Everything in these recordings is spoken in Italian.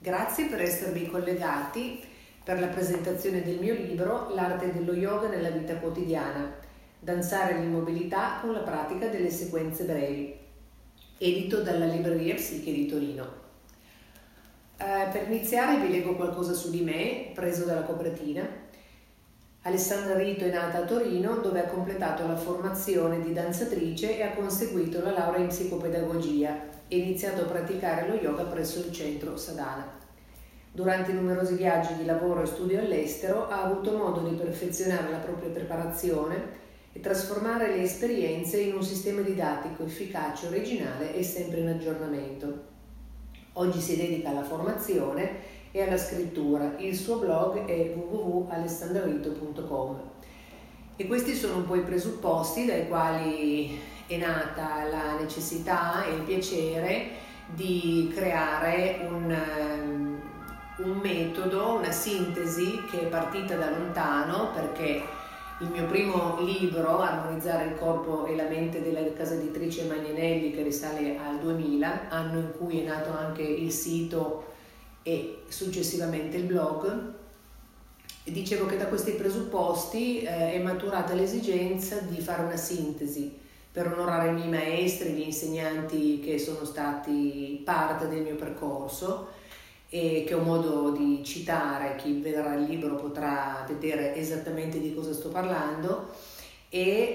Grazie per esservi collegati per la presentazione del mio libro L'arte dello yoga nella vita quotidiana, danzare l'immobilità con la pratica delle sequenze brevi, edito dalla Libreria Psiche di Torino. Per iniziare vi leggo qualcosa su di me, preso dalla copertina. Alessandra Rito è nata a Torino, dove ha completato la formazione di danzatrice e ha conseguito la laurea in psicopedagogia e iniziato a praticare lo yoga presso il centro Sadhana. Durante i numerosi viaggi di lavoro e studio all'estero ha avuto modo di perfezionare la propria preparazione e trasformare le esperienze in un sistema didattico efficace, originale e sempre in aggiornamento. Oggi si dedica alla formazione e alla scrittura. Il suo blog è www.alessandrarito.com e questi sono un po' i presupposti dai quali è nata la necessità e il piacere di creare un metodo, una sintesi che è partita da lontano, perché il mio primo libro, Armonizzare il corpo e la mente, della casa editrice Magnanelli, che risale al 2000, anno in cui è nato anche il sito e successivamente il blog, dicevo che da questi presupposti è maturata l'esigenza di fare una sintesi per onorare i miei maestri, gli insegnanti che sono stati parte del mio percorso e che ho modo di citare. Chi vedrà il libro potrà vedere esattamente di cosa sto parlando, e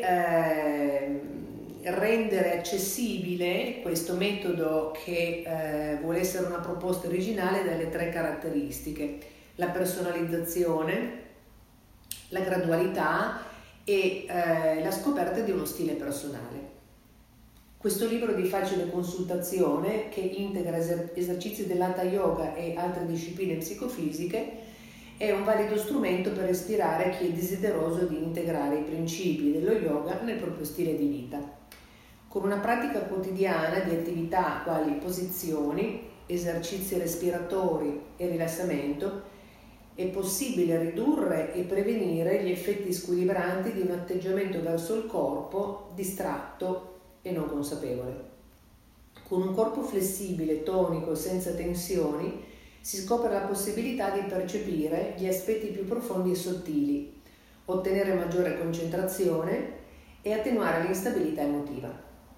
rendere accessibile questo metodo che vuole essere una proposta originale dalle 3 caratteristiche: la personalizzazione, la gradualità e la scoperta di uno stile personale. Questo libro di facile consultazione, che integra esercizi dell'Hatha Yoga e altre discipline psicofisiche, è un valido strumento per ispirare chi è desideroso di integrare i principi dello yoga nel proprio stile di vita. Con una pratica quotidiana di attività quali posizioni, esercizi respiratori e rilassamento, è possibile ridurre e prevenire gli effetti squilibranti di un atteggiamento verso il corpo distratto e non consapevole. Con un corpo flessibile, tonico, senza tensioni, si scopre la possibilità di percepire gli aspetti più profondi e sottili, ottenere maggiore concentrazione e attenuare l'instabilità emotiva.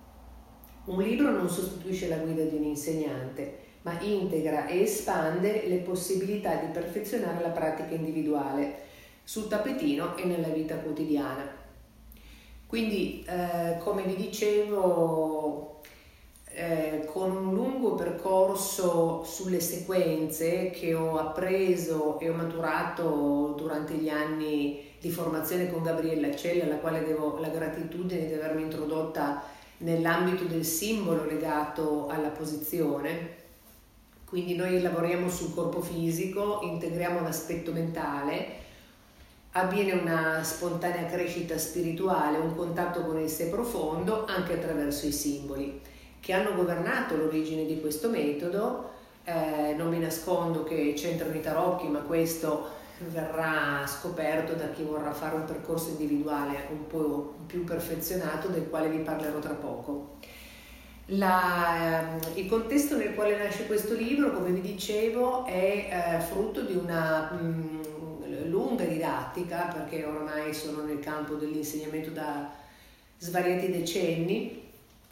Un libro non sostituisce la guida di un insegnante, ma integra e espande le possibilità di perfezionare la pratica individuale sul tappetino e nella vita quotidiana. Quindi, come vi dicevo, con un lungo percorso sulle sequenze che ho appreso e ho maturato durante gli anni di formazione con Gabriella Cella, alla quale devo la gratitudine di avermi introdotta nell'ambito del simbolo legato alla posizione. Quindi noi lavoriamo sul corpo fisico, integriamo l'aspetto mentale, avviene una spontanea crescita spirituale, un contatto con il sé profondo anche attraverso i simboli che hanno governato l'origine di questo metodo. Non vi nascondo che c'entrano i tarocchi, ma questo verrà scoperto da chi vorrà fare un percorso individuale un po' più perfezionato, del quale vi parlerò tra poco. Il contesto nel quale nasce questo libro, come vi dicevo, è frutto di una lunga didattica, perché ormai sono nel campo dell'insegnamento da svariati decenni,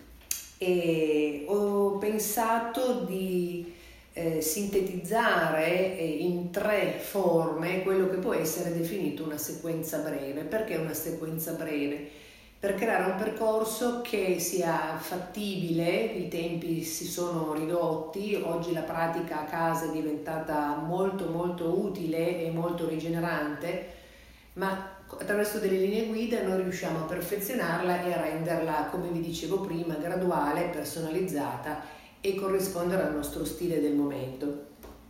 e ho pensato di sintetizzare in 3 forme quello che può essere definito una sequenza breve. Perché una sequenza breve? Per creare un percorso che sia fattibile. I tempi si sono ridotti, oggi la pratica a casa è diventata molto molto utile e molto rigenerante, ma attraverso delle linee guida noi riusciamo a perfezionarla e a renderla, come vi dicevo prima, graduale, personalizzata e corrispondere al nostro stile del momento.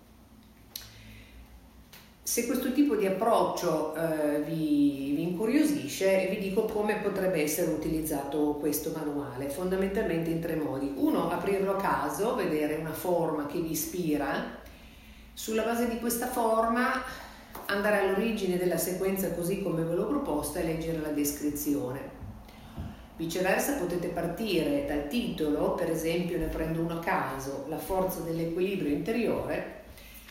Se questo tipo di approccio vi incuriosisce, vi dico come potrebbe essere utilizzato questo manuale, fondamentalmente in 3 modi. 1, aprirlo a caso, vedere una forma che vi ispira. Sulla base di questa forma andare all'origine della sequenza così come ve l'ho proposta e leggere la descrizione. Viceversa potete partire dal titolo, per esempio ne prendo uno a caso, La forza dell'equilibrio interiore,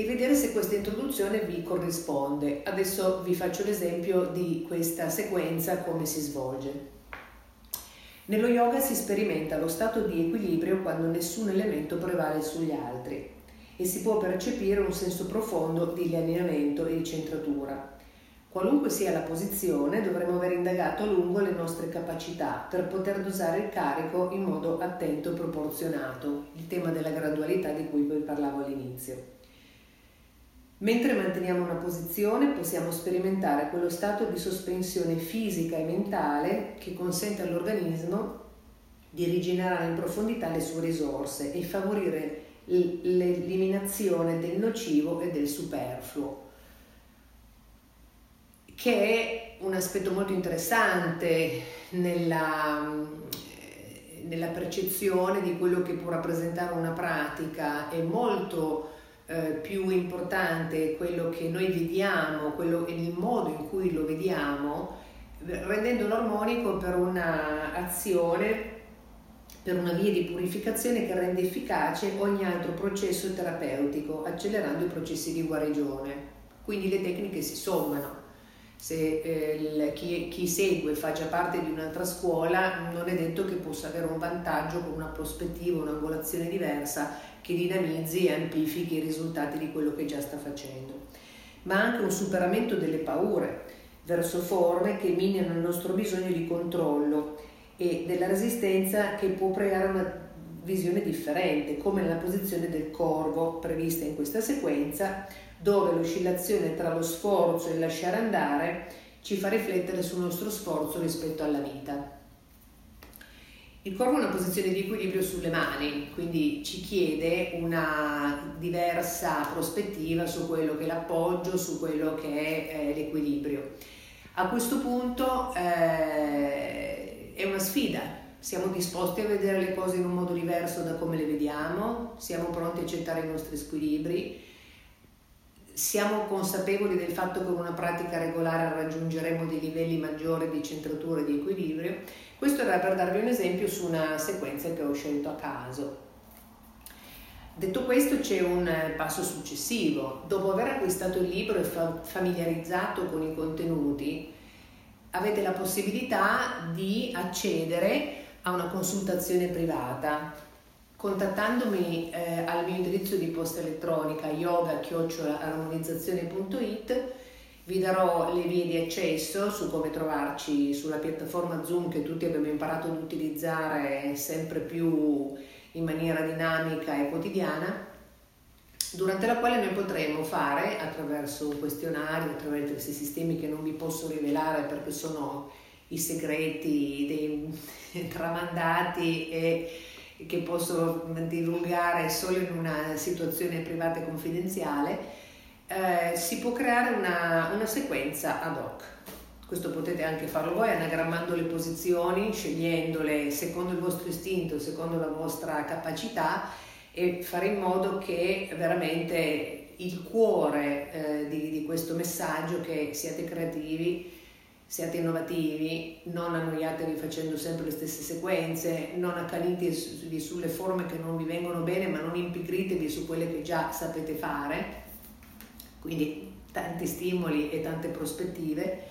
e vedere se questa introduzione vi corrisponde. Adesso vi faccio l'esempio di questa sequenza, come si svolge. Nello yoga si sperimenta lo stato di equilibrio quando nessun elemento prevale sugli altri e si può percepire un senso profondo di allineamento e di centratura. Qualunque sia la posizione, dovremo aver indagato a lungo le nostre capacità per poter dosare il carico in modo attento e proporzionato, il tema della gradualità di cui poi parlavo all'inizio. Mentre manteniamo una posizione, possiamo sperimentare quello stato di sospensione fisica e mentale che consente all'organismo di rigenerare in profondità le sue risorse e favorire l'eliminazione del nocivo e del superfluo, che è un aspetto molto interessante nella percezione di quello che può rappresentare una pratica. È molto più importante quello che noi vediamo, il modo in cui lo vediamo, rendendolo armonico per un'azione, per una via di purificazione che rende efficace ogni altro processo terapeutico, accelerando i processi di guarigione. Quindi le tecniche si sommano. Se chi segue fa già parte di un'altra scuola, non è detto che possa avere un vantaggio con una prospettiva, un'angolazione diversa che dinamizzi e amplifichi i risultati di quello che già sta facendo. Ma anche un superamento delle paure verso forme che minano il nostro bisogno di controllo e della resistenza, che può creare una visione differente, come nella posizione del corvo prevista in questa sequenza, dove l'oscillazione tra lo sforzo e il lasciare andare ci fa riflettere sul nostro sforzo rispetto alla vita. Il corvo è una posizione di equilibrio sulle mani, quindi ci chiede una diversa prospettiva su quello che è l'appoggio, su quello che è l'equilibrio. A questo punto è una sfida. Siamo disposti a vedere le cose in un modo diverso da come le vediamo? Siamo pronti a accettare i nostri squilibri? Siamo consapevoli del fatto che con una pratica regolare raggiungeremo dei livelli maggiori di centratura e di equilibrio? Questo era per darvi un esempio su una sequenza che ho scelto a caso. Detto questo, c'è un passo successivo. Dopo aver acquistato il libro e familiarizzato con i contenuti, avete la possibilità di accedere a una consultazione privata. Contattandomi al mio indirizzo di posta elettronica yoga@armonizzazione.it vi darò le vie di accesso su come trovarci sulla piattaforma Zoom, che tutti abbiamo imparato ad utilizzare sempre più in maniera dinamica e quotidiana, durante la quale noi potremo fare, attraverso un questionario, attraverso questi sistemi che non vi posso rivelare perché sono i segreti tramandati e che posso divulgare solo in una situazione privata e confidenziale, si può creare una sequenza ad hoc. Questo potete anche farlo voi, anagrammando le posizioni, scegliendole secondo il vostro istinto, secondo la vostra capacità, e fare in modo che veramente il cuore di questo messaggio, che siate creativi, siate innovativi, non annoiatevi facendo sempre le stesse sequenze, non accanitevi sulle forme che non vi vengono bene, ma non impigritevi su quelle che già sapete fare. Quindi tanti stimoli e tante prospettive,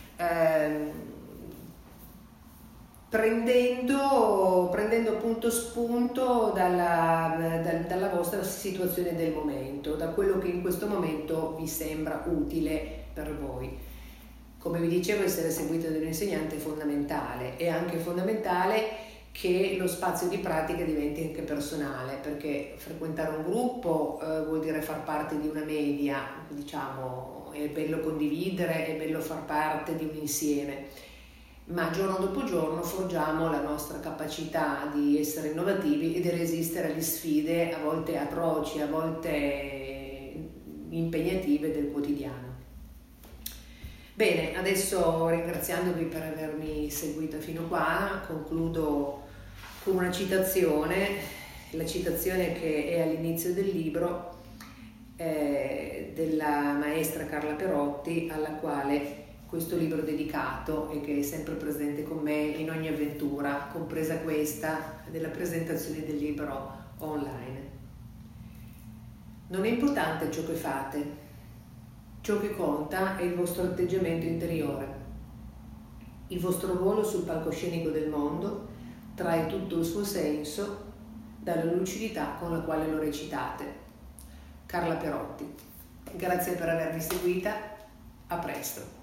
prendendo appunto spunto dalla vostra situazione del momento, da quello che in questo momento vi sembra utile per voi. Come vi dicevo, essere seguito da un insegnante è fondamentale. È anche fondamentale che lo spazio di pratica diventi anche personale, perché frequentare un gruppo vuol dire far parte di una media, diciamo, è bello condividere, è bello far parte di un insieme, ma giorno dopo giorno forgiamo la nostra capacità di essere innovativi e di resistere alle sfide, a volte atroci, a volte impegnative del quotidiano. Bene, adesso, ringraziandovi per avermi seguita fino qua, concludo con una citazione, la citazione che è all'inizio del libro, della maestra Carla Perotti, alla quale questo libro è dedicato e che è sempre presente con me in ogni avventura, compresa questa della presentazione del libro online. Non è importante ciò che fate, ciò che conta è il vostro atteggiamento interiore. Il vostro ruolo sul palcoscenico del mondo trae tutto il suo senso dalla lucidità con la quale lo recitate. Carla Perotti. Grazie per avermi seguita, a presto.